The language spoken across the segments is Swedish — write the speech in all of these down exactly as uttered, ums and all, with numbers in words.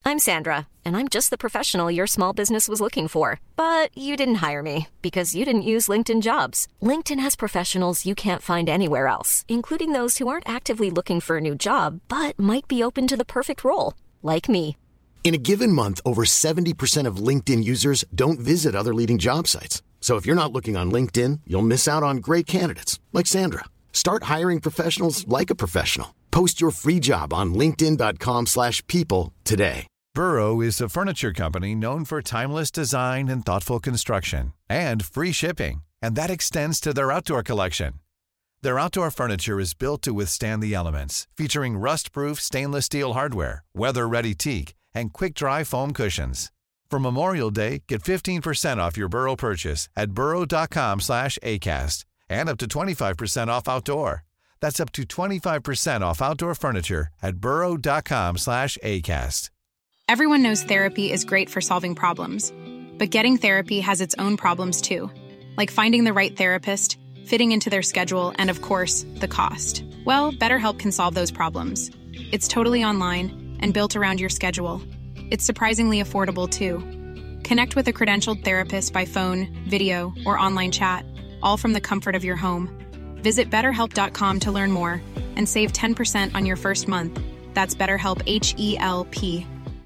I'm Sandra, and I'm just the professional your small business was looking for. But you didn't hire me because you didn't use LinkedIn Jobs. LinkedIn has professionals you can't find anywhere else, including those who aren't actively looking for a new job, but might be open to the perfect role, like me. In a given month, over seventy percent of LinkedIn users don't visit other leading job sites. So if you're not looking on LinkedIn, you'll miss out on great candidates like Sandra. Start hiring professionals like a professional. Post your free job on linkedin dot com slash people today. Burrow is a furniture company known for timeless design and thoughtful construction and free shipping, and that extends to their outdoor collection. Their outdoor furniture is built to withstand the elements, featuring rust-proof stainless steel hardware, weather-ready teak, and quick-dry foam cushions. For Memorial Day, get fifteen percent off your Burrow purchase at burrow dot com slash acast and up to twenty-five percent off outdoor. That's up to twenty-five percent off outdoor furniture at burrow dot com slash acast. Everyone knows therapy is great for solving problems, but getting therapy has its own problems too, like finding the right therapist, fitting into their schedule, and of course, the cost. Well, BetterHelp can solve those problems. It's totally online and built around your schedule. It's surprisingly affordable too. Connect with a credentialed therapist by phone, video, or online chat, all from the comfort of your home. Visit better help dot com to learn more and save ten percent on your first month. That's BetterHelp, H E L P.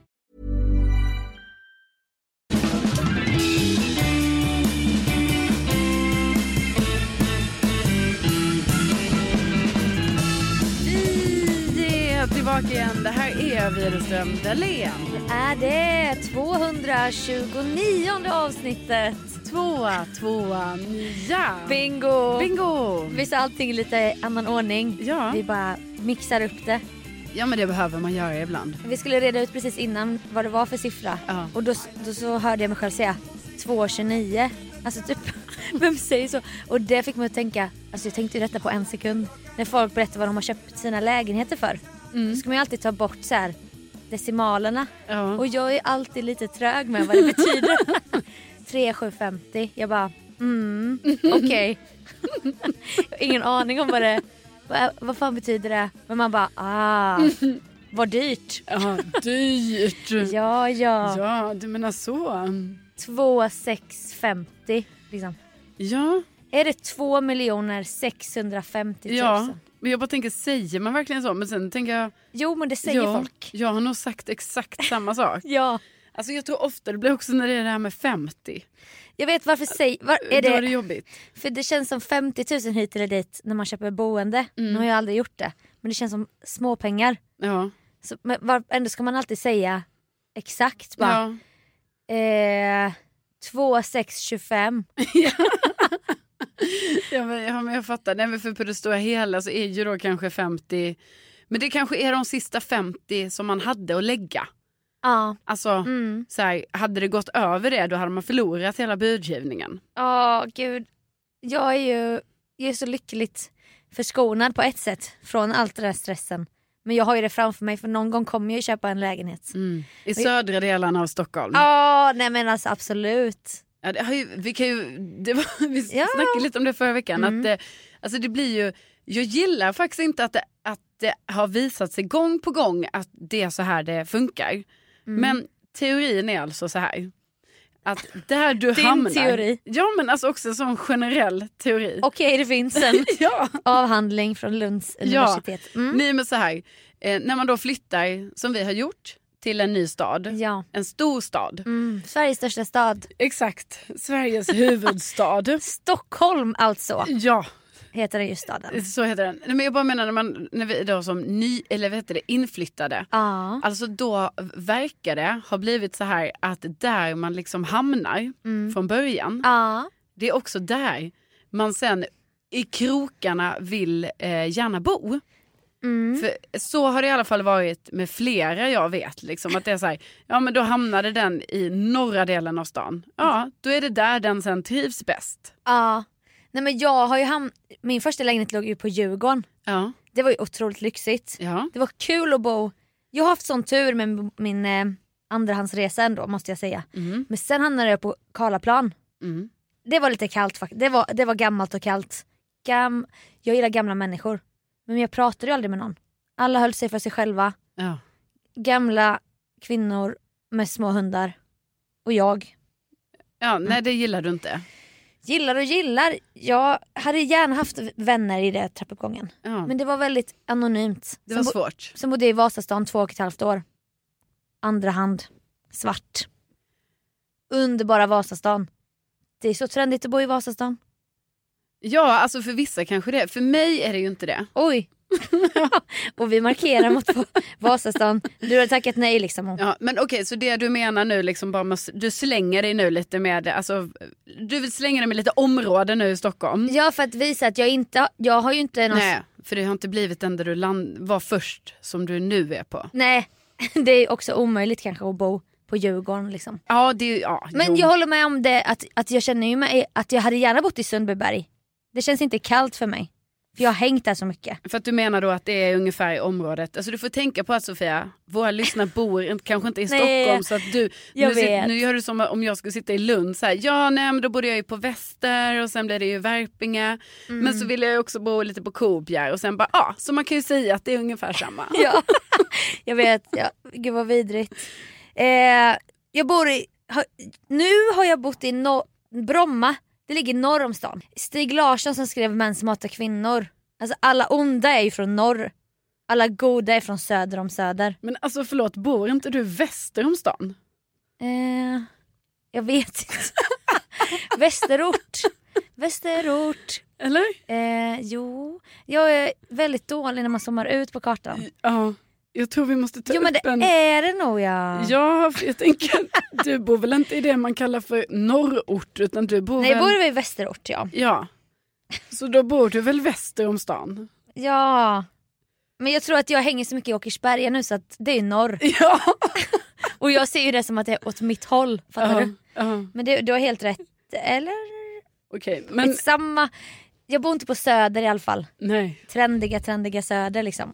Tillbaka igen. Det här är Widerström Dahlén. Är det tvåhundratjugonionde avsnittet? Tvåa, tvåa, nia. Bingo. Bingo. Visst är allting i lite annan ordning. Ja. Vi bara mixar upp det. Ja, men det behöver man göra ibland. Vi skulle reda ut precis innan vad det var för siffra. Ja. Och då, då så hörde jag mig själv säga två tjugonio. Alltså typ, vem säger så? Och det fick mig att tänka, alltså jag tänkte ju detta på en sekund. När folk berättar vad de har köpt sina lägenheter för. Mm. Då ska man ju alltid ta bort så här decimalerna. Ja. Och jag är alltid lite trög med vad det betyder. tre sju femtio. Jag bara, mm, okej. Okay. Ingen aning om vad det, vad, vad fan betyder det. Men man bara, ah, vad dyrt. Ja, dyrt. ja, ja. Ja, du menar så. två sex femtio liksom. Ja. Är det två miljoner sexhundrafemtio tusen? Ja. Men jag bara tänker, säger man verkligen så? Men sen tänker jag... Jo, men det säger ja, folk. Jag har nog sagt exakt samma sak. Ja. Alltså jag tror ofta det blir också när det är det här med femtio. Jag vet varför säger... Var, är det, Då är det jobbigt. För det känns som femtio tusen hit eller dit när man köper boende. Mm. Nu har jag aldrig gjort det. Men det känns som små pengar. Ja. Så, men var, ändå ska man alltid säga exakt. Bara, ja. Eh, två sex tjugofem. Ja. Ja, men, ja, men jag fattar. Nej, men för på det stora hela så är ju då kanske femtio. Men det kanske är de sista femtio som man hade att lägga. Ja. Alltså, mm. så här, hade det gått över det, då hade man förlorat hela budgivningen. Ja, gud. Jag är ju jag är så lyckligt förskonad på ett sätt från allt den där stressen. Men jag har ju det framför mig, för någon gång kommer jag ju köpa en lägenhet. Mm. I södra delen av Stockholm. Ja, nej men alltså absolut. Ja, det har ju, vi kan ju, det var, vi ja. snackade lite om det förra veckan. Mm. Att det, alltså det blir ju, jag gillar faktiskt inte att det, att det har visat sig gång på gång att det är så här det funkar. Mm. Men teorin är alltså så här. Att där du Din hamnar. teori? Ja, men alltså också en sån generell teori. Okej, okay, det finns en ja. avhandling från Lunds universitet. Mm. Nej, men så här. Eh, när man då flyttar, som vi har gjort, till en ny stad. Ja. En stor stad. Mm. Sveriges största stad. Exakt. Sveriges huvudstad. Stockholm alltså. Ja. Heter den just staden. Så heter den. Men jag bara menar när, man, när vi då som ny, eller vad heter det, inflyttade. Ja. Alltså då verkar det ha blivit så här att där man liksom hamnar mm. från början. Ja. Det är också där man sen i krokarna vill eh, gärna bo. Mm. För så har det i alla fall varit med flera jag vet. Liksom, att det är så här, ja men då hamnade den i norra delen av stan. Ja, då är det där den sen trivs bäst. Ja. Nej men jag har ju ham- min första lägenhet låg ju på Djurgården. Ja. Det var ju otroligt lyxigt. Ja. Det var kul att bo. Jag har haft sån tur med min eh, andrahandsresa ändå, måste jag säga. Mm. Men sen hamnade jag på Karlaplan. Mm. Det var lite kallt faktiskt. Det var, det var gammalt och kallt. Gam- jag gillar gamla människor. Men jag pratade ju aldrig med någon. Alla höll sig för sig själva. Ja. Gamla kvinnor med små hundar. Och jag. Ja, nej det gillar du inte. Gillar och gillar. Jag hade gärna haft vänner i det trappuppgången. Ja. Men det var väldigt anonymt. Det var som svårt. Bo- som bodde i Vasastan två och ett halvt år. Andra hand. Svart. Underbara Vasastan. Det är så trendigt att bo i Vasastan. Ja, alltså för vissa kanske det. För mig är det ju inte det. Oj. Och vi markerar mot Vasastan. Du har tackat nej liksom. Ja, men okej, okay, så det du menar nu liksom bara med, du slänger dig nu lite med, alltså du vill slänga dig med lite områden nu i Stockholm. Ja, för att visa att jag inte, jag har ju inte någon... Nej, för det har inte blivit den där du land, var först som du nu är på. Nej, det är också omöjligt kanske att bo på Djurgården liksom. Ja, det ja. Men jo. jag håller med om det, att, att jag känner ju mig, att jag hade gärna bott i Sundbyberg. Det känns inte kallt för mig. För jag har hängt där så mycket. För att du menar då att det är ungefär i området. Alltså du får tänka på att Sofia, våra lyssnare bor kanske inte i Nej, Stockholm. Så att du, jag nu, vet. nu gör du som om jag skulle sitta i Lund. Så här, ja, nej, men då bodde jag ju på Väster och sen blev det ju Värpinge. Mm. Men så ville jag också bo lite på Kobjär. Och sen bara, ja, ah, så man kan ju säga att det är ungefär samma. Ja, jag vet. Ja, gud vad vidrigt. Eh, jag bor i, har, nu har jag bott i no, Bromma. Det ligger norr om stan. Stig Larsson som skrev Män som hatar kvinnor. Alltså alla onda är ju från norr. Alla goda är från söder om söder. Men alltså förlåt, bor inte du väster om stan? Eh, jag vet inte. Västerort. Västerort. Eller? Eh, jo, jag är väldigt dålig när man zoomar ut på kartan. Ja, jag tror vi måste ta jo, upp men det en... är det nog, ja. Ja, för jag tänker, du bor väl inte i det man kallar för norrort, utan du bor Nej, väl... jag bor i västerort, ja. Ja, så då bor du väl väster om stan? Ja, men jag tror att jag hänger så mycket i Åkersberga nu så att det är norr. Ja. Och jag ser ju det som att det är åt mitt håll, fattar uh, du? Uh. Men det, du har helt rätt, eller? Okej, okay, men... Samma... Jag bor inte på söder i alla fall. Nej. Trendiga, trendiga söder liksom.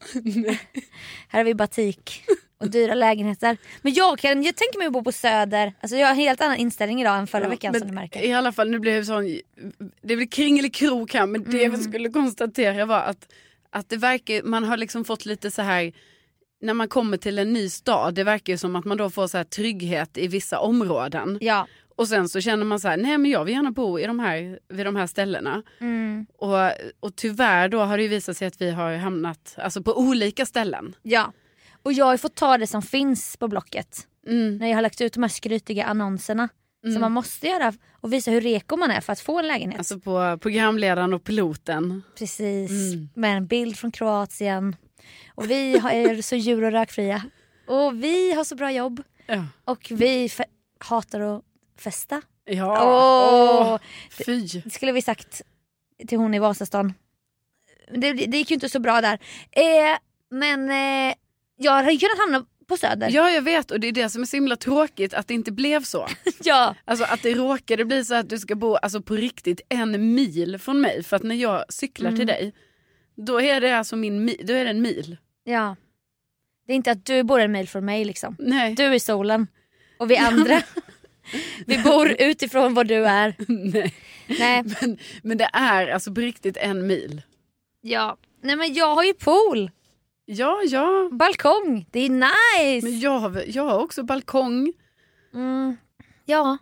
Här har vi batik och dyra lägenheter. Men jag, kan, jag tänker mig att bo på söder. Alltså jag har en helt annan inställning idag än förra ja, veckan som du märker. I alla fall, nu blir det sån... Det blir kringelikrok här, men det mm. vi skulle konstatera var att, att det verkar... Man har liksom fått lite så här... När man kommer till en ny stad, det verkar ju som att man då får så här trygghet i vissa områden. Ja. Och sen så känner man så här, nej men jag vill gärna bo i de här, vid de här ställena. Mm. Och, och tyvärr då har det ju visat sig att vi har hamnat alltså på olika ställen. Ja, och jag har fått ta det som finns på Blocket. Mm. När jag har lagt ut de här skrytiga annonserna. Mm. Som man måste göra och visa hur reko man är för att få en lägenhet. Alltså på programledaren och piloten. Precis, mm. med en bild från Kroatien. Och vi är så djur- och rökfria. Och vi har så bra jobb. Ja. Och vi fe- hatar att festa. Ja, oh, oh, fy. Det skulle vi sagt till hon i Vasastan. Det, det gick ju inte så bra där. Eh, men eh, jag hade kunnat hamna på söder. Ja, jag vet. Och det är det som är så himla tråkigt att det inte blev så. Ja. Alltså att det råkade bli så att du ska bo alltså, på riktigt en mil från mig. För att när jag cyklar mm. till dig, då är det alltså min mi- då är det en mil. Ja. Det är inte att du bor en mil från mig liksom. Nej. Du är solen. Och vi andra... Vi bor utifrån var du är. Nej. Nej. Men, men det är alltså på riktigt en mil. Ja. Nej, men jag har ju pool. Ja, ja. Balkong. Det är nice. Men jag har, jag har också balkong. Mm. Ja.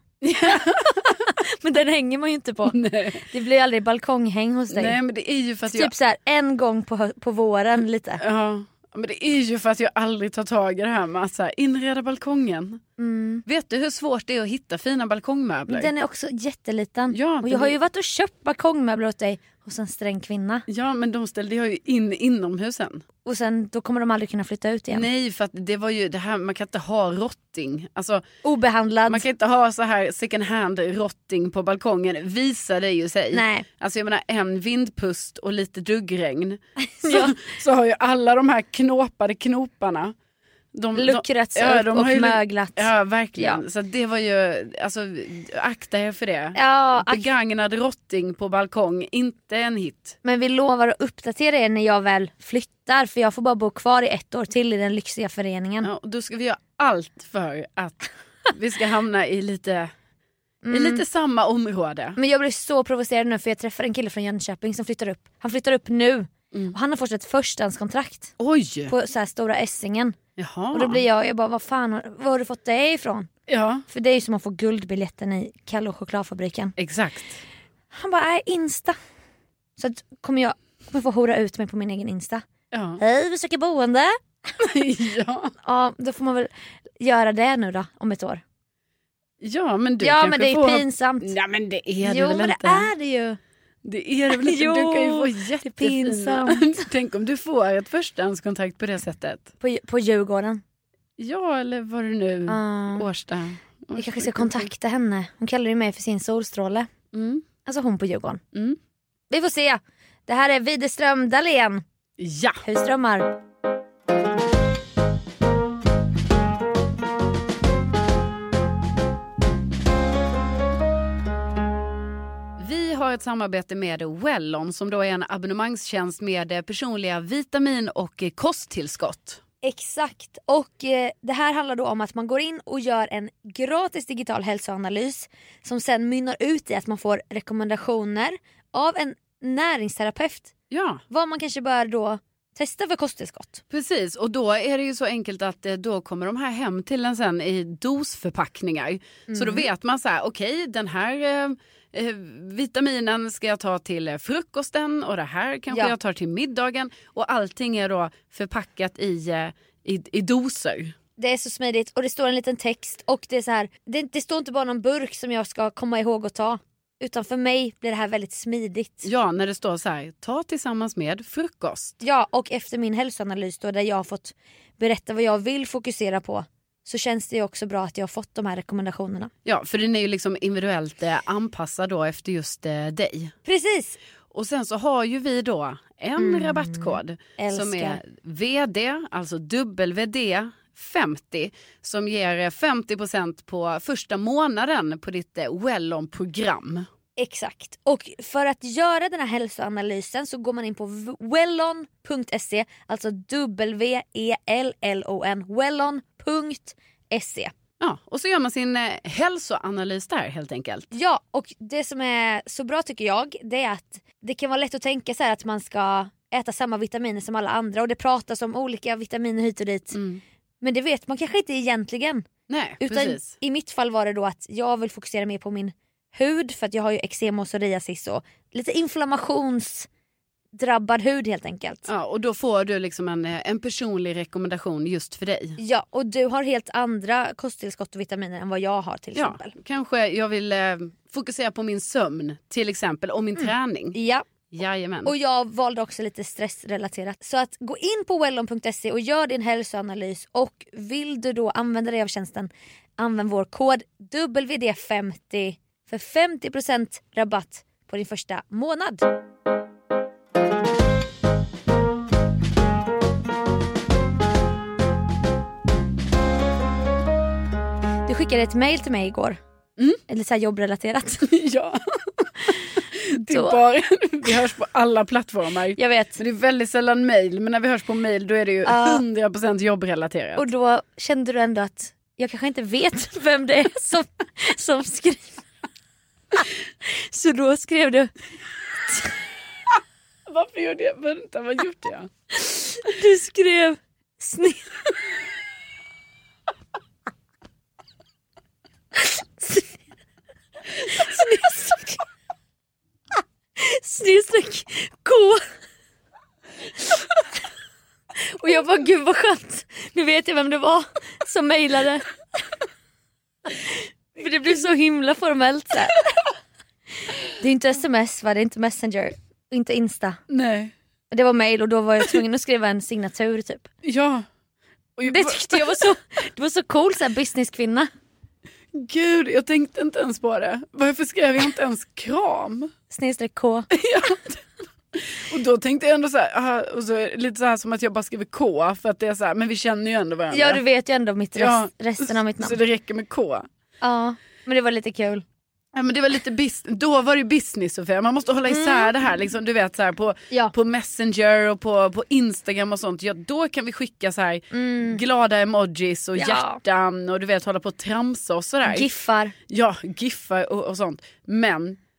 Men den hänger man ju inte på. Nej. Det blir aldrig balkonghäng hos dig. Nej, men det är ju för att typ jag... så här en gång på, på våren lite. Ja. Men det är ju för att jag aldrig tar tag i det här med att så här, inreda balkongen. Mm. Vet du hur svårt det är att hitta fina balkongmöbler? Den är också jätteliten. Ja, och jag har ju varit och köpt balkongmöbler åt dig hos en sträng kvinna. Ja, men de ställde jag ju in inomhusen. Och sen då kommer de aldrig kunna flytta ut igen. Nej, för att det var ju det här, man kan inte ha rotting. Alltså, obehandlad. Man kan inte ha så här second hand rotting på balkongen. Visar det ju sig. Nej. Alltså jag menar en vindpust och lite duggregn. Så, ja. så har ju alla de här knåpade knoparna. De, luckrats de, ja, upp de och ju, möglat. Ja, verkligen. Ja. Så det var ju, alltså akta er för det. Ja, begagnad rotting på balkong, inte en hit. Men vi lovar att uppdatera er när jag väl flyttar. För jag får bara bo kvar i ett år till i den lyxiga föreningen. Ja, och då ska vi göra allt för att vi ska hamna i lite, mm. i lite samma område. Men jag blir så provocerad nu för jag träffar en kille från Jönköping som flyttar upp. Han flyttar upp nu. Mm. Och han har fått ett förstahandskontrakt. Oj! På så här stora Essingen. Jaha. Och då blir jag, jag bara, vad fan, var har du fått det ifrån? Ja. För det är ju som att få guldbiljetten i Kalle och chokladfabriken. Exakt. Han bara, är Insta. Så att kommer jag kommer få hora ut mig på min egen Insta. Ja. Hej, vi söker boende. ja. Ja, då får man väl göra det nu då, om ett år. Ja, men du Ja, kanske men det är får... pinsamt. Ja, men det är det Jo, väl men inte? det är det ju. Det är det väl inte? Jo, Du kan ju få det är jättefina... pinsamt. Tänk om du får ett förstahandskontrakt på det sättet. På, på Djurgården. Ja, eller vad det nu... Uh, Årsta. Jag kanske ska kontakta henne. Hon kallar ju mig för sin solstråle. Mm. Alltså hon på Djurgården. Mm. Vi får se. Det här är Widerström Dahlén. Ja. Hur strömmar? Vi har ett samarbete med Wellon som då är en abonnemangstjänst med personliga vitamin- och kosttillskott. Exakt. Och eh, det här handlar då om att man går in och gör en gratis digital hälsoanalys som sen mynnar ut i att man får rekommendationer av en näringsterapeut. Ja. Vad man kanske bör då testa för kosttillskott. Precis, och då är det ju så enkelt att eh, då kommer de här hem till en sen i dosförpackningar. Mm. Så då vet man så här, okej, okay, den här eh, eh, vitaminen ska jag ta till eh, frukosten och det här kanske ja. jag tar till middagen. Och allting är då förpackat i, eh, i, i doser. Det är så smidigt och det står en liten text och det är så här, det, det står inte bara någon burk som jag ska komma ihåg att ta. Utan för mig blir det här väldigt smidigt. Ja, när det står så här, ta tillsammans med frukost. Ja, och efter min hälsoanalys då, där jag har fått berätta vad jag vill fokusera på, så känns det ju också bra att jag har fått de här rekommendationerna. Ja, för den är ju liksom individuellt eh, anpassad då efter just eh, dig. Precis. Och sen så har ju vi då en mm, rabattkod älskar. som är V D, alltså W D femtio, som ger femtio procent på första månaden på ditt Wellon-program. Exakt. Och för att göra den här hälsoanalysen så går man in på wellon punkt se, alltså W E L L O N, wellon punkt se. Ja, och så gör man sin eh, hälsoanalys där helt enkelt. Ja, och det som är så bra tycker jag, det är att det kan vara lätt att tänka så här att man ska äta samma vitaminer som alla andra och det pratas om olika vitaminer hit och dit. Mm. Men det vet man kanske inte egentligen. Nej, utan precis. I mitt fall var det då att jag vill fokusera mer på min hud för att jag har ju eksem och psoriasis och lite inflammationsdrabbad hud helt enkelt. Ja, och då får du liksom en, en personlig rekommendation just för dig. Ja, och du har helt andra kosttillskott och vitaminer än vad jag har till exempel. Ja, kanske jag vill eh, fokusera på min sömn till exempel och min mm. träning. Ja. Jajamän. Och jag valde också lite stressrelaterat. Så att gå in på wellon punkt se och gör din hälsoanalys. Och vill du då använda dig av tjänsten, använd vår kod W D femtio för femtio procent rabatt på din första månad. Du skickade ett mejl till mig igår. Mm. Eller så här jobbrelaterat. Ja. Det är bara, vi hörs på alla plattformar. Jag vet. Men det är väldigt sällan mejl. Men när vi hörs på mejl då är det ju uh, hundra procent jobbrelaterat. Och då kände du ändå att jag kanske inte vet vem det är som, som skriver. Så då skrev du. Varför gjorde jag? Vänta, vad gjorde jag? Du skrev snill. Snedstreck K. Och jag bara, gud vad skönt. Nu vet jag vem det var som mejlade. För det blev så himla formellt så här. Det är inte sms, va? Det är inte Messenger, inte Insta. Nej. Det var mejl och då var jag tvungen att skriva en signatur typ. Ja. Och jag... Det tyckte jag var så, det var så cool, så här businesskvinna. Gud, jag tänkte inte ens på det. Varför skrev jag inte ens kram? Snedstreck K. Ja. Och då tänkte jag ändå så här, aha, och så lite så här som att jag bara skriver K för att det är så här, men vi känner ju ändå varandra. Ja, du vet ju ändå mitt rest, ja, resten av mitt namn. Så det räcker med K. Ja, men det var lite kul. Ja, men det var lite bis- då var det business, Sofia. Man måste hålla isär mm. det här liksom, du vet så här på ja. på Messenger och på på Instagram och sånt. Ja, då kan vi skicka så här mm. glada emojis och ja. hjärtan och du vet hålla på och tramsa och så där. Giffar. Ja, giffar och, och sånt. Men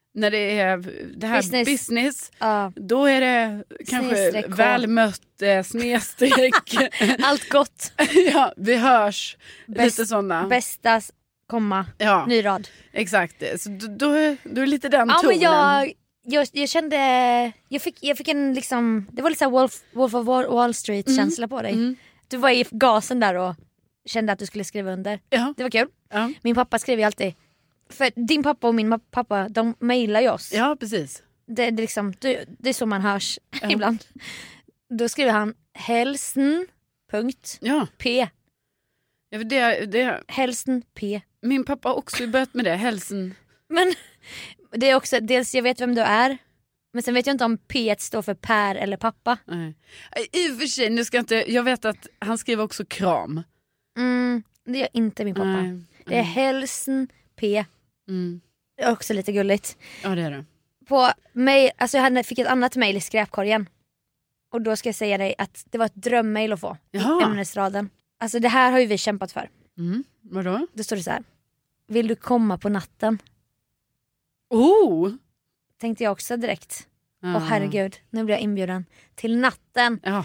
när det är det här business, business uh. då är det kanske Snedstreck. välmött eh, snedstreck. Allt gott. Ja, vi hörs. Bäst, lite sådana. Bästa, komma, ja, ny rad. Exakt, så då, då, är, då är lite den ja, tonen. Men jag, jag, jag kände, jag fick, jag fick en liksom, det var lite så här Wolf, Wolf of Wall Street mm. känsla på dig. Mm. Du var i gasen där och kände att du skulle skriva under. Ja. Det var kul. Ja. Min pappa skrev ju alltid, för din pappa och min pappa, de mejlar ju oss. Ja, precis. Det, det, liksom, det, det är så man hörs ja. ibland. Då skriver han hälsen punkt ja. p. Ja, det, det. Hälsen p. Min pappa har också börjat med det, hälsen. Men det är också, dels jag vet vem du är, men sen vet jag inte om P står för Per eller pappa. Nej. I och för sig, nu ska jag inte, jag vet att han skriver också kram. Mm, det är inte min pappa. Nej. Det är hälsen P. Mm. Det är också lite gulligt. Ja, det är det. På mail, alltså jag fick ett annat mejl i skräpkorgen. Och då ska jag säga dig att det var ett drömmail att få. Jaha. I ämnesraden. Alltså det här har ju vi kämpat för. Mm. Vadå? Då står det så här: vill du komma på natten? Oh! Tänkte jag också direkt. Åh ah. oh, herregud, nu blir jag inbjuden till natten. Ja.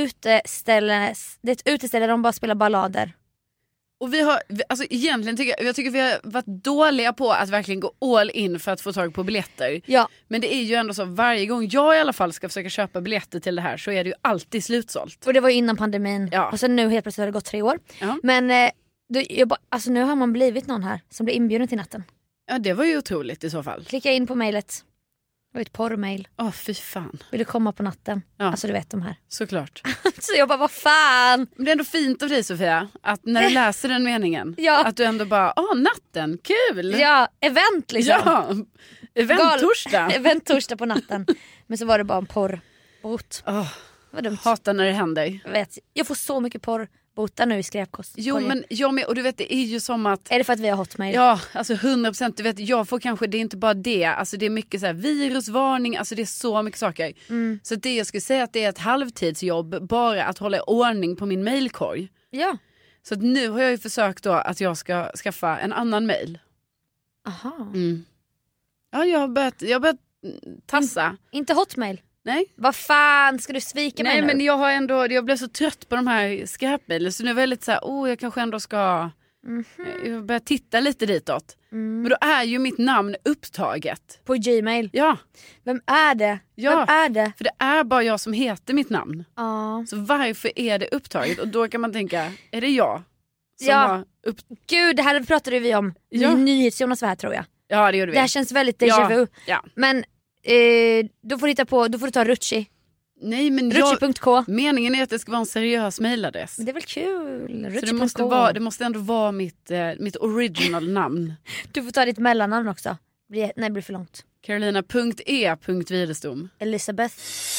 Uteställe, det är ett uteställe där de bara spelar ballader. Och vi har, alltså egentligen tycker jag, jag tycker vi har varit dåliga på att verkligen gå all in för att få tag på biljetter. Ja. Men det är ju ändå så, varje gång jag i alla fall ska försöka köpa biljetter till det här så är det ju alltid slutsålt. Och det var ju innan pandemin. Ja. Och sen nu helt plötsligt har det gått tre år. Ja. Men eh, då, jag bara, alltså nu har man blivit någon här som blir inbjuden till natten. Ja, det var ju otroligt i så fall. Klicka in på mejlet. Det var ett porrmail. Åh, oh, fy fan. Vill du komma på natten? Ja. Alltså du vet de här. Såklart. Så jag bara, vad fan? Men det är ändå fint av dig, Sofia, att när du läser den meningen, ja. att du ändå bara, åh, natten, kul. Ja, event liksom. Ja, event-torsdag. Event-torsdag på natten. Men så var det bara en porrbot. Oh, vad dumt. Hatar när det händer. Jag vet, jag får så mycket porrbotar nu i skräpkost. Jo, Korgen. Men jag med, och du vet, det är ju som att... Är det för att vi har hotmail? Ja, alltså hundra procent. Du vet, jag får kanske, det är inte bara det. Alltså det är mycket så här virusvarning, alltså det är så mycket saker. Mm. Så det jag skulle säga att det är ett halvtidsjobb bara att hålla ordning på min mailkorg. Ja. Så att nu har jag ju försökt då att jag ska skaffa en annan mail. Aha. Mm. Ja, jag har börjat, jag har börjat tassa. In, inte hotmail? Nej. Vad fan, ska du svika Nej, mig nu? Nej, men jag har ändå, jag blev så trött på de här skräpmailen. Så nu är jag väldigt så här, oh, jag kanske ändå ska mm-hmm. jag börja titta lite ditåt. Mm. Men då är ju mitt namn upptaget. På Gmail? Ja. Vem är det? Ja, Vem är det? För det är bara jag som heter mitt namn. Ja. Så varför är det upptaget? Och då kan man tänka, är det jag som ja. har upp... Gud, det här pratade vi om. Ja. NyhetsJonas var här, tror jag. Ja, det gjorde vi. Det här känns väldigt déjà vu. Ja. Ja. Men eh, då får du hitta på, då får du ta Rutschi. Nej, men Rutschi punkt k. Meningen är att det ska vara en seriös mailadress. Det är väl kul. Så det måste, vara, det måste ändå vara mitt, eh, mitt original namn. Du får ta ditt mellannamn också. Nej, det blir för långt. Carolina punkt e punkt Widerström. Elisabeth.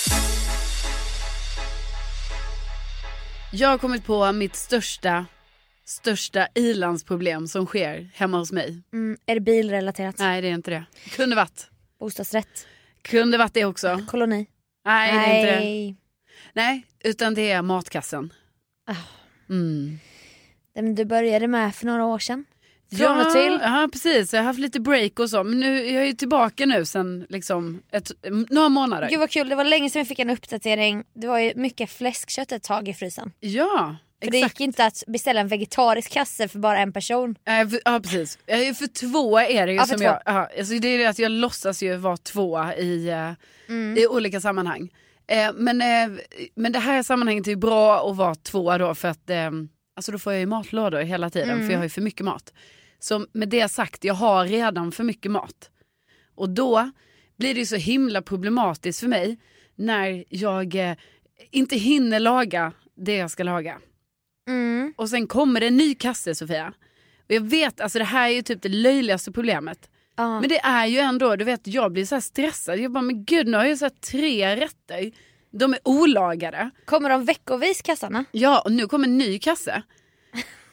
Jag har kommit på mitt största Största ilandsproblem som sker hemma hos mig. Mm, är det bilrelaterat? Nej, det är inte det. Kunde varit. Bostadsrätt? Kunde varit det också. Koloni? Nej, Nej. det är inte det. Nej, utan det är matkassen. Oh. Mm. Den du började med för några år sedan. Från ja, och till. Ja, precis. Jag har haft lite break och så. Men nu jag är jag tillbaka nu sen liksom ett, några månader. Gud vad kul, det var länge sedan vi fick en uppdatering. Det var ju mycket fläskkött ett tag i frysen. Ja, för exakt. det gick inte att beställa en vegetarisk kasse för bara en person. Äh, för, ja, precis. För två är det ju ja, som två. jag... Ja, alltså det är det att jag låtsas ju vara två i, mm. i olika sammanhang. Eh, men, eh, men det här sammanhanget är ju bra att vara två då för att eh, alltså då får jag ju matlådor hela tiden mm. för jag har ju för mycket mat. Så med det sagt, jag har redan för mycket mat. Och då blir det ju så himla problematiskt för mig när jag eh, inte hinner laga det jag ska laga. Mm. Och sen kommer det en ny kasse, Sofia. Och jag vet, alltså det här är ju typ det löjligaste problemet. Uh. Men det är ju ändå, du vet, jag blir så här stressad. Jag bara, men gud, nu har jag så här tre rätter. De är olagade. Kommer de veckovis kassarna? Ja, och nu kommer en ny kasse.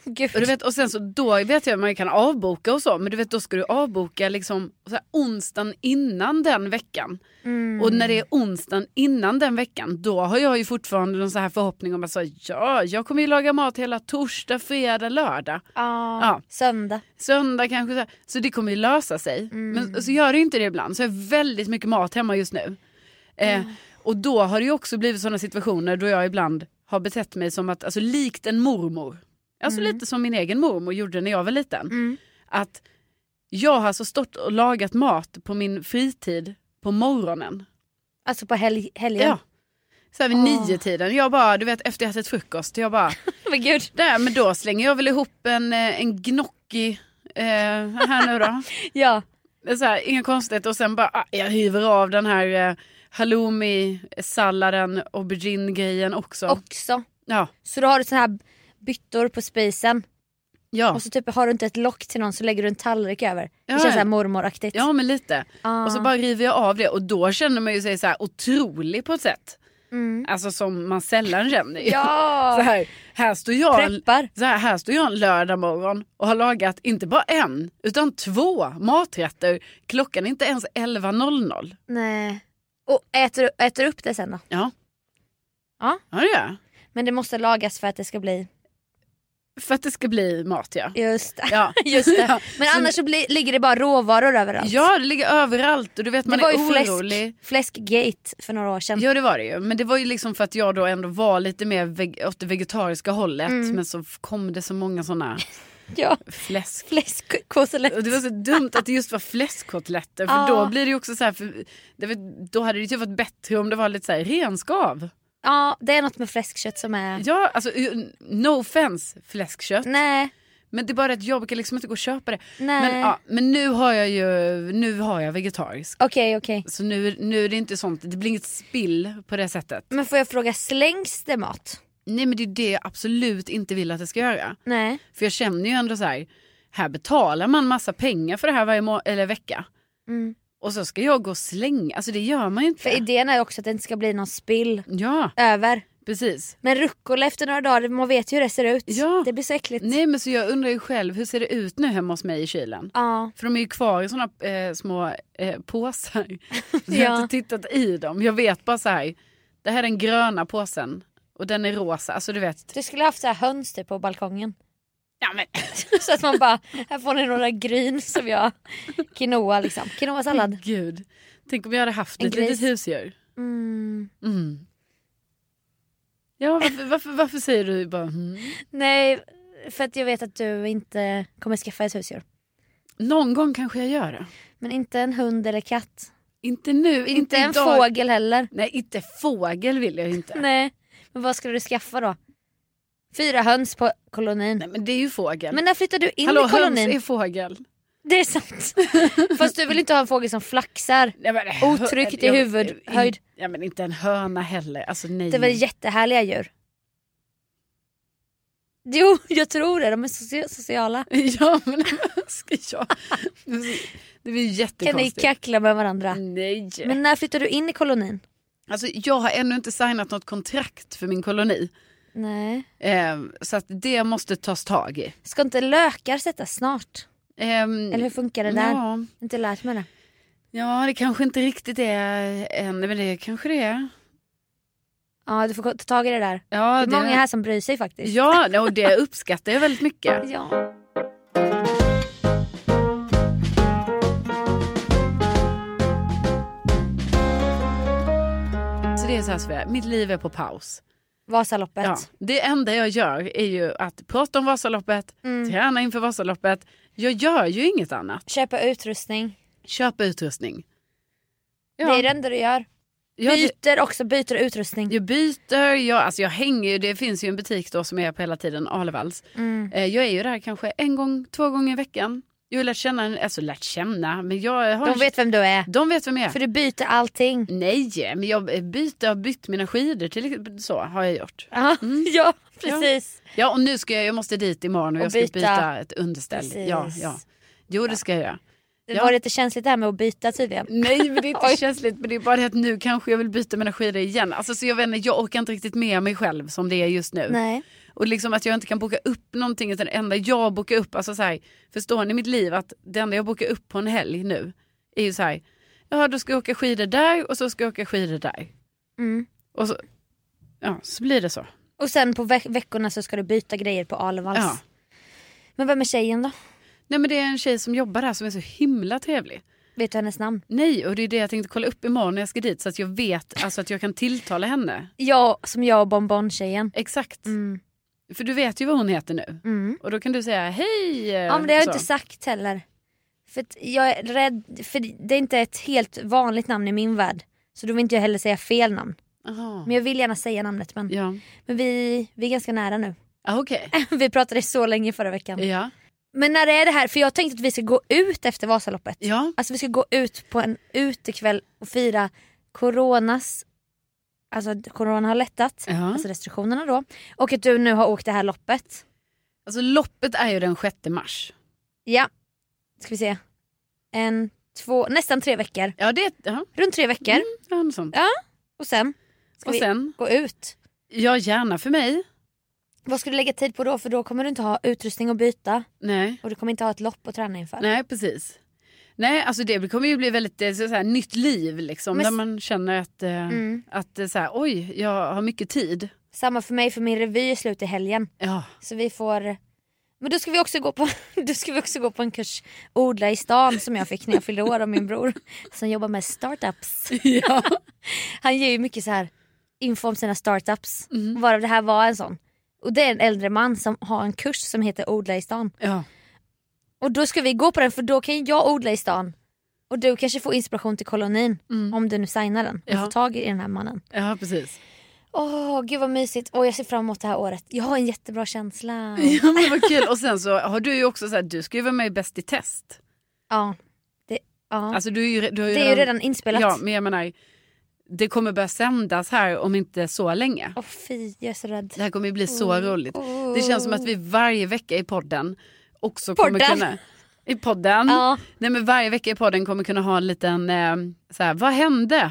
Gud. Och, du vet, och sen så då vet jag att man kan avboka och så. Men du vet, då ska du avboka liksom så här, onsdagen innan den veckan. Mm. Och när det är onsdagen innan den veckan, då har jag ju fortfarande någon så här förhoppning om att så, ja, jag kommer ju laga mat hela torsdag, fredag, lördag. Ah, Ja. Söndag. Söndag kanske. Så, här. Så det kommer ju lösa sig. Mm. Men så gör det inte det ibland. Så jag har väldigt mycket mat hemma just nu. Eh, Mm. Och då har det ju också blivit sådana situationer då jag ibland har betett mig som att, alltså likt en mormor. Alltså Mm. lite som min egen mormor gjorde när jag var liten. Mm. Att jag har så stått och lagat mat på min fritid på morgonen. Alltså på helg- helgen. Ja. Så här vid Åh. nio tiden. Jag bara, du vet, efter jag ätit frukost. Jag bara, Men gud. där, men då slänger jag väl ihop en, eh, en gnocchi eh, här nu då. Ja. Så här, inga konstigt. Och sen bara, ah, jag hyver av den här eh, halloumi-salladen, aubergine-grejen också. Också. Ja. Så då har du såna här byttor på spisen. Ja. Och så typ har du inte ett lock till någon så lägger du en tallrik över. Det Ja, känns så här ja. mormoraktigt. ja, men lite. Ah. Och så bara river jag av det. Och då känner man ju sig så här otrolig på ett sätt. Mm. Alltså som man sällan känner. Ja. Så här, här står jag en, Preppar. så här, här står jag en lördag morgon och har lagat inte bara en utan två maträtter. Klockan är inte ens elva noll noll. Nej. Och äter, äter upp det sen då? Ja. Ja. Ja, det gör jag. Men det måste lagas för att det ska bli... För att det ska bli mat, ja. Just det. Ja. Just det. Ja. Men Så- annars så bli, ligger det bara råvaror överallt. Ja, det ligger överallt och du vet det man var är ju orolig. fläsk, fläskgate för några år sedan. Ja, det var det ju. Men det var ju liksom för att jag då ändå var lite mer veg- åt det vegetariska hållet. Mm. Men så kom det så många sådana Ja. fläsk. Fläskkotelett. Och det var så dumt att det just var fläskkotletter. För Ja. då blir det ju också så här. För, det var, då hade det ju varit bättre om det var lite så här renskav. Ja, det är något med fläskkött som är... Ja, alltså no offense fläskkött. Nej. Men det är bara att jag kan liksom inte gå och köpa det. Nej. Men, ja, men nu har jag ju nu har jag vegetarisk. Okej, okej. Så nu, nu är det inte sånt. Det blir inget spill på det sättet. Men får jag fråga, slängs det mat? Nej, men det är det jag absolut inte vill att det ska göra. Nej. För jag känner ju ändå så här. Här betalar man massa pengar för det här varje må- eller vecka. Mm. Och så ska jag gå och slänga. Alltså det gör man ju inte. För idén är ju också att det inte ska bli någon spill Ja, över. precis. Men rucola efter några dagar, man vet ju hur det ser ut. Ja. Det blir så äckligt. Nej, men så jag undrar ju själv, hur ser det ut nu hemma hos mig i kylen? Ja. För de är ju kvar i såna eh, små eh, påsar. Så jag Ja. har inte tittat i dem. Jag vet bara så här. Det här är den gröna påsen. Och den är rosa. Alltså du vet. Du skulle haft så här höns typ på balkongen. Ja, men. Så att man bara, här får ni några gryn som jag... Quinoa liksom. Quinoa-sallad. Gud. Tänk om jag hade haft En ett litet gris. husdjur. Mm. Mm. Ja, varför, varför, varför säger du bara mm? Nej, för att jag vet att du inte kommer skaffa ett husdjur. Någon gång kanske jag gör det. Men inte en hund eller katt. Inte nu, inte, Inte en idag. fågel heller. Nej, inte fågel vill jag inte. Nej, men vad ska du skaffa då? Fyra höns på kolonin. Nej, men det är ju fågel. Men när flyttar du in Hallå, i kolonin? höns är fågel. Det är sant. Fast du vill inte ha en fågel som flaxar. Ja, men, Otryggt i jag- huvudhöjd. Ja, men inte en höna heller. Alltså nej. Det är väl jättehärliga djur? Jo, jag tror det. De är soci- sociala. Ja, men ska jag... Det blir ju Kan ni jättekonstigt. kackla med varandra? Nej. Men när flyttar du in i kolonin? Alltså, jag har ännu inte signat något kontrakt för min koloni. Nej. Eh, så att det måste tas tag i. Ska inte lökar sättas snart? Ehm, Eller hur funkar det där? Ja, Inte lärt mig det. ja, det kanske inte riktigt är än, men det kanske det är. Ja, du får ta tag i det där. Ja, Det är många här som bryr sig faktiskt. Ja, och det uppskattar jag väldigt mycket. Ja. Så det är så här, Sofia, mitt liv är på paus. Vasaloppet. Ja, det enda jag gör är ju att prata om Vasaloppet, Mm. träna inför Vasaloppet. Jag gör ju inget annat. Köpa utrustning. Köpa utrustning. Ja, Det är det enda du gör. jag, Byter också, byter utrustning. jag byter, jag, alltså jag hänger ju, det finns ju en butik då som är på hela tiden, Alevalls. Mm. Eh, jag är ju där kanske en gång, två gånger i veckan. Jag har lärt känna, alltså lärt känna, men jag har De vet vem du är. de vet vem jag är. För du byter allting. Nej, men jag byter, har bytt mina skidor till exempel, så har jag gjort. Aha. Ja, precis. Ja, och nu ska jag, jag måste dit imorgon och, Och jag ska byta. byta ett underställ. Precis. Ja, ja. Jo, det ska jag göra. Ja. Var det lite känsligt det här med att byta tydligen? Nej, men det är inte känsligt. Men det är bara det att nu kanske jag vill byta mina skidor igen. Alltså, så jag vet inte, jag orkar inte riktigt med mig själv som det är just nu. Nej. Och liksom att jag inte kan boka upp någonting, utan det enda jag bokar upp, alltså så här, förstår ni mitt liv att det enda jag bokar upp på en helg nu är ju så här, ja då ska jag åka skidor där och så ska jag åka skidor där. Mm. Och så, ja, så blir det så. Och sen på veck- veckorna så ska du byta grejer på Alevals. Ja. Men vem är tjejen då? Nej, men det är en tjej som jobbar där som är så himla trevlig. Vet du hennes namn? Nej, och det är det jag tänkte kolla upp imorgon när jag ska dit, så att jag vet, alltså att jag kan tilltala henne. Ja, som jag och Bonbon-tjejen. Exakt. Mm. För du vet ju vad hon heter nu. Mm. Och då kan du säga hej. Ja, men det har jag så. inte sagt heller. För att jag är rädd, för det är inte ett helt vanligt namn i min värld. Så då vill inte jag heller säga fel namn. Aha. Men jag vill gärna säga namnet. Men, Ja. men vi, vi är ganska nära nu. Ah, okej. Vi pratade så länge förra veckan. Ja. Men när är det här? För jag tänkte att vi ska gå ut efter Vasaloppet. Ja. Alltså vi ska gå ut på en utekväll och fira coronas. Alltså corona har lättat. Ja. Alltså restriktionerna då. Och att du nu har åkt det här loppet. Alltså loppet är ju den sjätte mars. Ja. Ska vi se. En, två, nästan tre veckor. Ja, det är... Ja. Runt tre veckor. Mm, ja, något sånt. Ja. Och sen ska Och vi sen? gå ut. Ja, gärna för mig. Vad ska du lägga tid på då? För då kommer du inte ha utrustning att byta. Nej. Och du kommer inte ha ett lopp att träna inför. Nej, precis. Nej, alltså det kommer ju bli väldigt så, så här, nytt liv liksom. Men... Där man känner att, eh, Mm. att eh, så här, oj, jag har mycket tid. Samma för mig, för min revy är slut i helgen. Ja. Så vi får... Men då ska vi också gå på, då ska vi också gå på en kurs Odla i stan som jag fick när jag fyllde år av min bror. Som jobbar med startups. Ja. Han ger ju mycket så här info om sina startups. Mm. Varav det här var en sån. Och det är en äldre man som har en kurs som heter Odla i stan. Ja. Och då ska vi gå på den, för då kan jag odla i stan. Och du kanske får inspiration till kolonin. Mm. Om du nu signar den och Ja. får tag i den här mannen. Ja, precis. Åh, gud vad mysigt. Åh, jag ser fram emot det här året. Jag har en jättebra känsla. Ja, men vad kul. Och sen så har du ju också så här, du ska ju vara med i Bäst i test. Ja, det, ja. Alltså du är ju, du har ju det är ju redan inspelat. Ja, men jag menar, det kommer börja sändas här om inte så länge. Åh fy, jag är så rädd. Det här kommer ju bli så Mm. roligt. Oh. Det känns som att vi varje vecka i podden också kommer Podden? kunna... I podden? Ja. Nej, men varje vecka i podden kommer kunna ha en liten... Eh, så här, vad hände?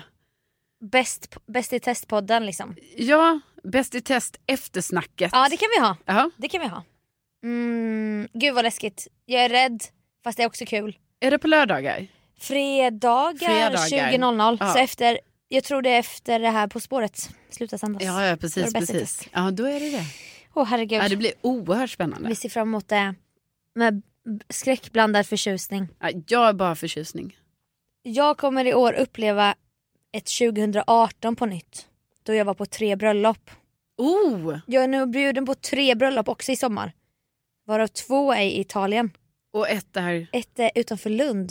Bäst, bäst i testpodden liksom. Ja, Bäst i test eftersnacket. Ja, det kan vi ha. Jaha. Det kan vi ha. Mm, gud vad läskigt. Jag är rädd, fast det är också kul. Är det på lördagar? Fredagar, Fredagar. tjugo noll noll. Ja. Så efter, jag tror det är efter det här På spåret slutar sändas. Ja, ja Då är precis. det Bäst i precis. test. Ja, då är det det. Åh herregud. Ja, det blir oerhört spännande. Vi ser fram emot det med skräckblandad förtjusning. Ja, jag är bara förtjusning. Jag kommer i år uppleva ett tjugo arton på nytt. Då jag var på tre bröllop. Oh! Jag är nu bjuden på tre bröllop också i sommar. Varav två är i Italien. Och ett där... Ett är utanför Lund.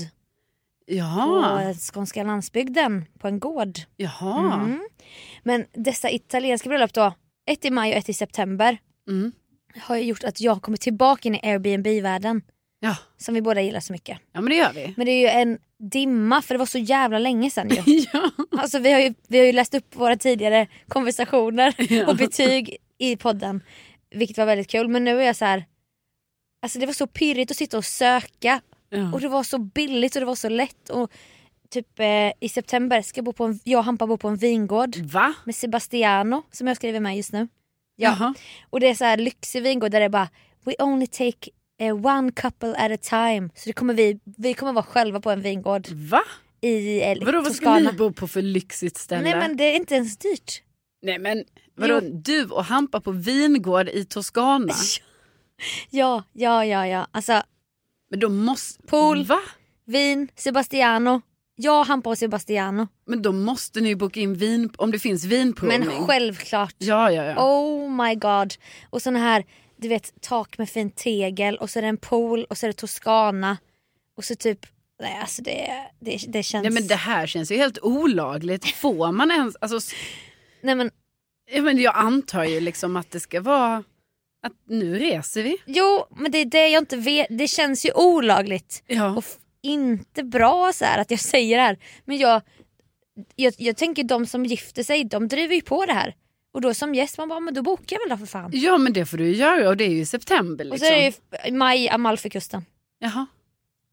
Jaha. På skånska landsbygden. På en gård. Jaha. Mm. Men dessa italienska bröllop då. Ett i maj och ett i september. Mm. Har gjort att jag kommer tillbaka in i Airbnb-världen. Ja. Som vi båda gillar så mycket. Ja, men det gör vi. Men det är ju en dimma, för det var så jävla länge sedan ju. Ja. Alltså vi har ju, vi har ju läst upp våra tidigare konversationer Ja. och betyg i podden. Vilket var väldigt kul. Men nu är jag så här. Alltså det var så pirrigt att sitta och söka. Ja. Och det var så billigt och det var så lätt. Och typ eh, i september ska jag bo på en, jag och Hampa bo på en vingård. Va? Med Sebastiano som jag skriver med just nu. Ja. Jaha. Och det är så här lyxig vingård där det är bara we only take uh, one couple at a time. Så det kommer vi, vi kommer vara själva på en vingård Va? i eh, Vadå, vad ska Toscana. ni bo på för lyxigt ställe? Nej men det är inte ens dyrt. Nej men vadå, Jo. du och Hampa på vingård i Toscana? Ja, ja, ja, ja. Alltså Men då måste... Pool. Va? vin, Sebastiano. Jag, Hampa och Sebastiano. Men då måste ni boka in vin, om det finns vinprovning. Men självklart. Ja, ja, ja. Oh my god. Och såna här, du vet, tak med fint tegel. Och så är det en pool och så är det Toscana. Och så typ, nej alltså det, det, det känns... Nej men det här känns ju helt olagligt. Får man ens... Alltså, s- Nej men, ja, men jag antar ju liksom att det ska vara... Att nu reser vi. jo, men det är det jag inte vet. Det känns ju olagligt. Ja. Och f- inte bra så här att jag säger det här. Men jag, jag, jag tänker de som gifter sig, de driver ju på det här. Och då som gäst, man bara, men då bokar jag väl då för fan. Ja men det får du ju göra och det är ju i september liksom. Och så är det ju i maj, Amalfikusten. Jaha.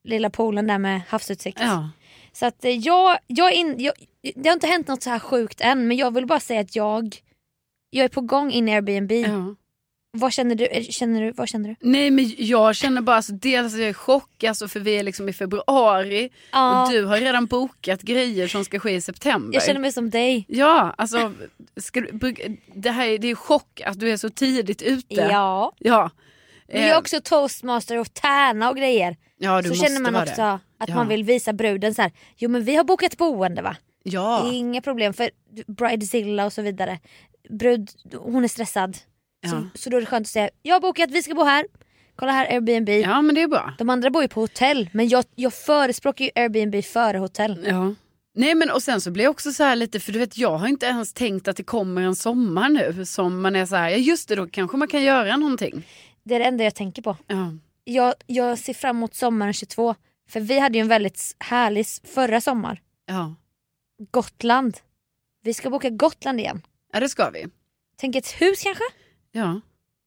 lilla poolen där med havsutsikt. Ja. Så att eh, jag, jag, in, jag, det har inte hänt något så här sjukt än, men jag vill bara säga att jag, jag är på gång in i Airbnb. Ja. Vad känner du? Känner du? Vad känner du? Nej, men jag känner bara alltså, dels att jag är chock alltså, för vi är liksom i februari Ja. och du har redan bokat grejer som ska ske i september. Jag känner mig som dig. Ja, alltså ska du, det här är, det är chock att du är så tidigt ute. Ja. Ja. Men jag är också toastmaster och tärna och grejer. Ja, du så måste känner man vara också det. att Ja. man vill visa bruden så här. Jo men vi har bokat boende va? Ja. Inga problem för Bridezilla och så vidare. Brud, hon är stressad. Ja. Så, så då är det skönt att säga, jag har bokat, vi ska bo här. Kolla här Airbnb. Ja, men det är bra. De andra bor ju på hotell, men jag, jag förespråkar ju Airbnb före hotell. Ja. Nej, men och sen så blir jag också så här lite, för du vet jag har inte ens tänkt att det kommer en sommar nu som man är så här, ja just det, då kanske man kan göra någonting. Det är det enda jag tänker på. Ja. Jag, jag ser fram emot sommaren tjugotvå. För vi hade ju en väldigt härlig förra sommar. Ja. Gotland. Vi ska boka Gotland igen. Ja, det ska vi. Tänk ett hus kanske? Ja.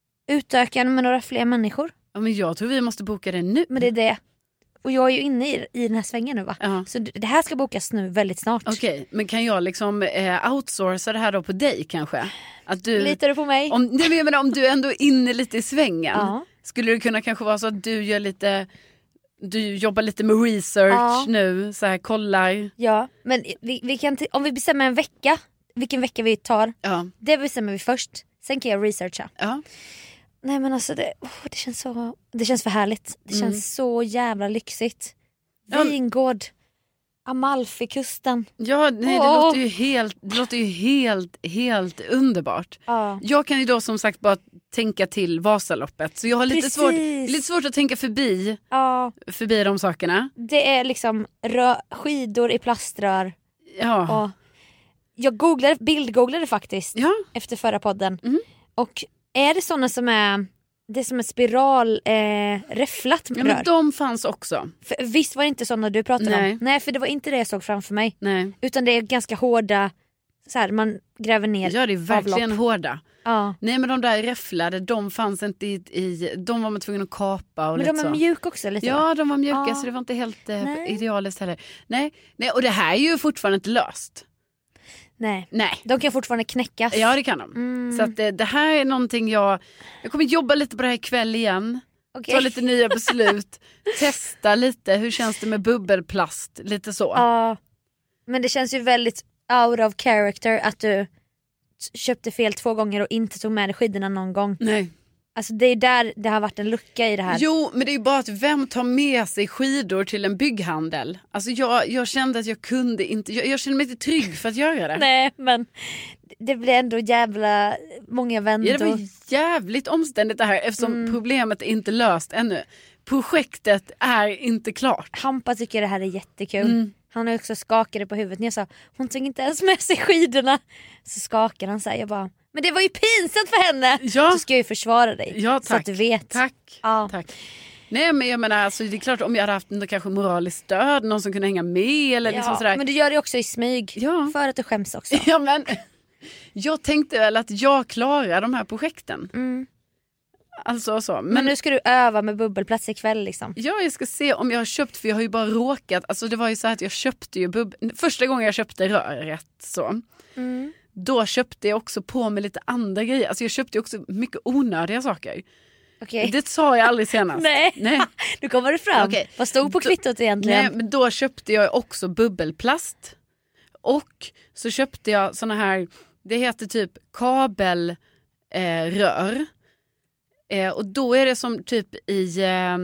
Utöka med några fler människor. Ja, men jag tror vi måste boka det nu. Men det är det. Och jag är ju inne i, i den här svängen nu va? Ja. Så det här ska bokas nu väldigt snart. Okej, men kan jag liksom eh, outsourca det här då på dig kanske? Att du, Litar du på mig? om, nej, men jag menar, om du ändå är inne lite i svängen. Ja. Skulle det kunna kanske vara så att du gör lite, du jobbar lite med research Ja. nu, så här kollar. Ja, men vi, vi kan t- om vi bestämmer en vecka, vilken vecka vi tar, Ja. det bestämmer vi först. Sen kan jag researcha. Ja. Nej men alltså det, oh, det känns så, det känns för härligt. Det Mm. känns så jävla lyxigt. Ja. Vingård, Amalfikusten. Ja, nej, det Åh. låter ju helt, det låter ju helt, helt underbart. Ja. Jag kan ju då som sagt bara tänka till Vasaloppet. Så jag har lite Precis. svårt, lite svårt att tänka förbi, Ja, förbi de sakerna. det är liksom rö- skidor i plaströr. Ja. Och jag googlade, bildgooglade faktiskt Ja. efter förra podden. Mm. Och är det såna som är, det är som ett spiral eh, räfflat Ja, rör? men de fanns också. För, visst var det inte såna du pratade Nej. om? Nej, för det var inte det jag såg framför mig. Nej. Utan det är ganska hårda, så här, man gräver ner Ja, det är verkligen avlopp. hårda. Ja. Nej, men de där räfflade, de fanns inte i, i de var man tvungen att kapa och Men lite de är så. mjuka också lite va? Ja, de var mjuka Ja. så det var inte helt eh, Nej. idealiskt heller. Nej. Nej, och det här är ju fortfarande inte löst. Nej, Nej. de kan fortfarande knäckas. Ja, det kan de. Mm. Så att det, det här är någonting jag... Jag kommer jobba lite på det här ikväll igen. Okej. Ta lite nya beslut. Testa lite. Hur känns det med bubbelplast? Lite så. Ja, men det känns ju väldigt out of character att du köpte fel två gånger och inte tog med dig skidorna någon gång. Nej. Alltså det är där det har varit en lucka i det här. Jo, men det är ju bara att vem tar med sig skidor till en bygghandel? Alltså jag, jag kände att jag kunde inte... Jag, jag kände mig inte trygg för att göra det. Nej, men det blir ändå jävla många vändor. Ja, det var jävligt omständigt det här eftersom Mm. problemet är inte löst ännu. Projektet är inte klart. Hampa tycker det här är jättekul. Mm. Han har också skakade på huvudet när jag sa hon tog inte ens med sig skidorna. Så skakade han så här, jag bara, men det var ju pinsamt för henne. Ja. Så ska jag ju försvara dig. Ja, så tack. att du vet. Tack. Ja. Tack. Nej, men jag menar, alltså, det är klart om jag hade haft något kanske moraliskt stöd, någon som kunde hänga med eller liksom Ja, sådär. men du gör det också i smyg. Ja. För att du skäms också. Ja, men jag tänkte väl att jag klarar de här projekten. Mm. Alltså så. Men, Men nu ska du öva med bubbelplats ikväll liksom. ja, jag ska se om jag har köpt, för jag har ju bara råkat, alltså det var ju så här att jag köpte ju bubb... Första gången jag köpte röret så, Mm. då köpte jag också på mig lite andra grejer. Alltså jag köpte ju också mycket onödiga saker. Okej. Det sa jag aldrig senast. Nej. Nej. Nu kommer det fram. Okej. Vad stod på Då- kvittot egentligen? Nej, men då köpte jag också bubbelplast. Och så köpte jag såna här, det heter typ kabelrör. Eh, rör. eh, och då är det som typ i, eh,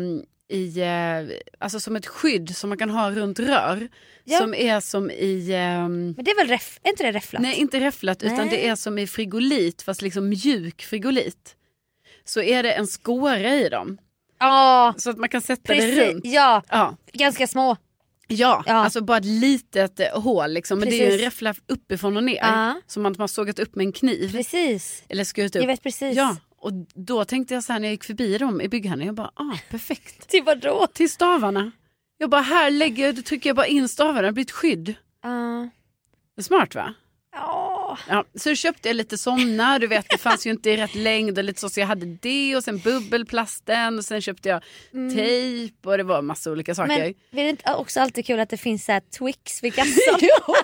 i eh, alltså som ett skydd som man kan ha runt rör. Ja. Som är som i, eh, Men det är väl ref- är inte det räfflat? nej inte räfflat utan Nej. det är som i frigolit fast liksom mjuk frigolit. Så är det en skåra i dem. Ja, Så att man kan sätta det precis. runt. Ja, Ja. ganska små. Ja, Ja. alltså bara ett litet eh, hål liksom. Men det är ju en Precis. räffla uppifrån och ner. Ja. Som man har sågat upp med en kniv. Precis. Eller skurit upp. Jag vet precis. Ja, och då tänkte jag så här när jag gick förbi dem i bygghandeln. Jag bara, ah, perfekt. Till vadå? Till stavarna. Jag bara, här lägger jag, då trycker jag bara in stavarna. Det blir ett skydd. Ja. Det är smart va? Ja, bra. Ja, så köpte jag lite såna, du vet det fanns ju inte i rätt längd och lite så, så jag hade det och sen bubbelplasten och sen köpte jag mm. tejp och det var massa olika saker. Men är det inte också alltid kul att det finns så här Twix vid kassan?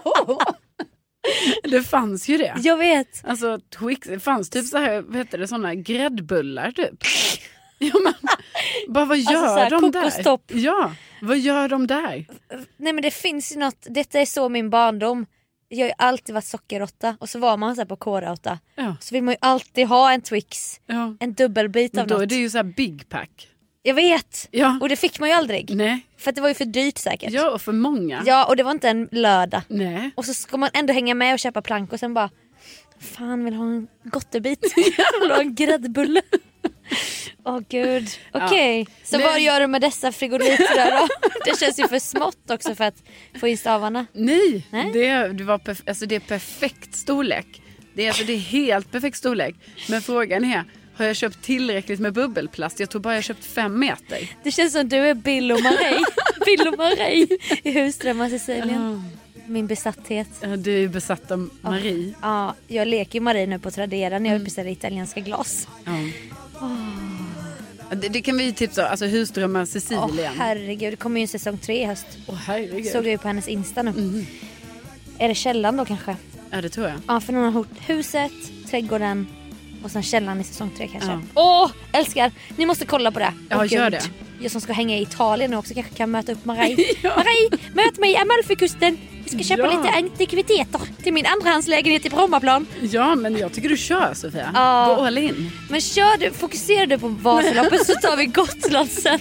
Det fanns ju det. Jag vet. Alltså Twix, det fanns typ så här, vad heter det, såna gräddbullar typ. Ja, men, bara vad gör alltså här, de där? Ja, vad gör de där? Nej men det finns ju något, detta är så min barndom. Jag har ju alltid varit sockerrotta och så var man så här på K-rauta. Ja. Så vill man ju alltid ha en Twix, ja. En dubbelbit men av då något. Då är det ju så här big pack. Jag vet, ja. Och det fick man ju aldrig. Nej. För att det var ju för dyrt säkert. Ja, och för många. Ja, och det var inte en lördag. Nej. Och så ska man ändå hänga med och köpa plank och sen bara, fan vill ha en gottebit. Vill ha en gräddbulle. Åh oh, gud. Okej, okay. Ja. Så Nej. Vad gör du med dessa frigoliter då? Det känns ju för smått också för att få in stavarna. Nej, Nej? Det, det, var perf- alltså det är perfekt storlek. Det är, alltså, det är helt perfekt storlek. Men frågan är, har jag köpt tillräckligt med bubbelplast? Jag tror bara jag köpt fem meter. Det känns som du är Bill och Marie. Bill och Marie i Husdrömmar Sicilien. Oh. Min besatthet. Ja, du är ju besatt av Marie. Ja, oh. oh, jag leker Marie nu på Tradera när jag mm. beställer italienska glas. Ja. Oh. Det, det kan vi ju tipsa, alltså Husdrömmar Sicilien. Åh oh, herregud, det kommer ju en säsong tre i höst. Åh oh, herregud. Såg jag ju på hennes Insta nu. Mm. Är det källan då kanske? Ja, det tror jag. Ja, för någon har hört huset, trädgården och sen källan i säsong tre kanske. Åh, ja. oh, älskar! Ni måste kolla på det. Ja, oh, gör det. Jag som ska hänga i Italien nu också kanske kan möta upp Marie. Ja. Marie, möt mig i Amalfikusten. Vi ska köpa ja. lite antikviteter till min andrahandslägenhet i Brommaplan. Ja, men jag tycker du kör, Sofia. Ja. Gå all in. Men kör du, fokuserar du på Vasaloppet så tar vi Gotland sen.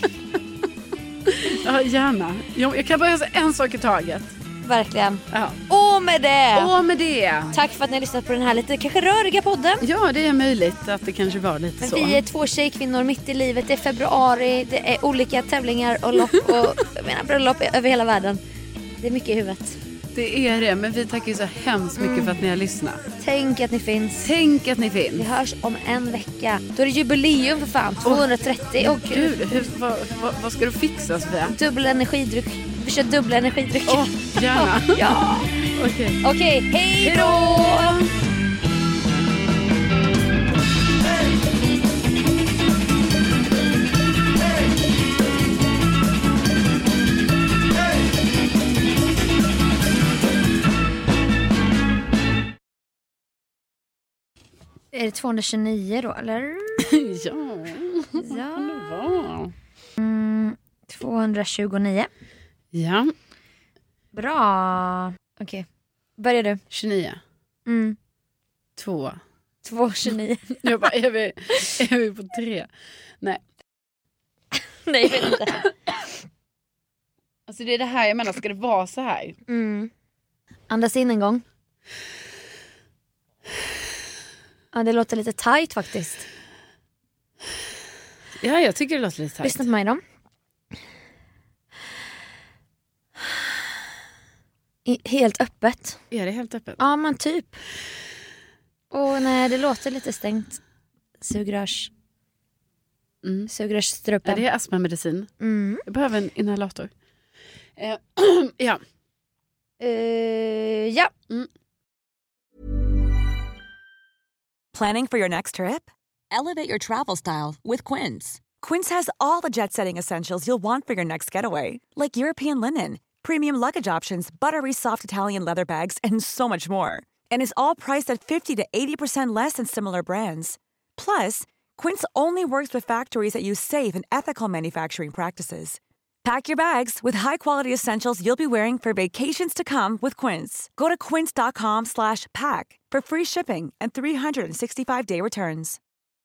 Ja, gärna. Jag, jag kan bara säga en sak i taget. Verkligen. Ja. Och med det. Och med det. Tack för att ni har lyssnat på den här lite kanske röriga podden. Ja, det är möjligt att det kanske var lite men så. Vi är två tjejkvinnor mitt i livet. Det är februari. Det är olika tävlingar och lopp och jag menar bröllop över hela världen. Det är mycket i huvudet. Det är det, men vi tackar ju så hemskt mycket mm. för att ni har lyssnat. Tänk att ni finns. Tänk att ni finns. Vi hörs om en vecka. Då är det jubileum för fan. tvåhundratrettio. Åh oh, gud, hur, vad, vad, vad ska du fixa, Sofia? Dubbel energidryck. Vi kör dubbel energidryck. Åh, oh, gärna. Ja. Okej. Okay. Okej, okay, hej då! Är det tvåhundratjugonio då, eller? Ja, ja. det var. Mm, tvåhundratjugonio. Ja. Bra. Okej, okay. Börjar du. tjugonio. Mm. Två. Två tjugonio. Jag bara, är vi, är vi på tre? Nej. Nej, jag vet inte. Alltså det är det här jag menar, ska det vara så här? Mm. Andas in en gång. Ja, det låter lite tight faktiskt. Ja, jag tycker det låter lite tight. Lyssna på mig då. I, helt öppet. Är det helt öppet? Ja, men typ. Och nej, det låter lite stängt. Sugrörs. Mm. Sugrörsstrupen. Är det astmamedicin? Mm. Jag behöver en inhalator. Uh, ja. Uh, ja. Mm. Planning for your next trip? Elevate your travel style with Quince. Quince has all the jet-setting essentials you'll want for your next getaway, like European linen, premium luggage options, buttery soft Italian leather bags, and so much more. And is all priced at fifty to eighty percent less than similar brands. Plus, Quince only works with factories that use safe and ethical manufacturing practices. Pack your bags with high-quality essentials you'll be wearing for vacations to come with Quince. Go to quince.com slash pack for free shipping and three sixty-five day returns.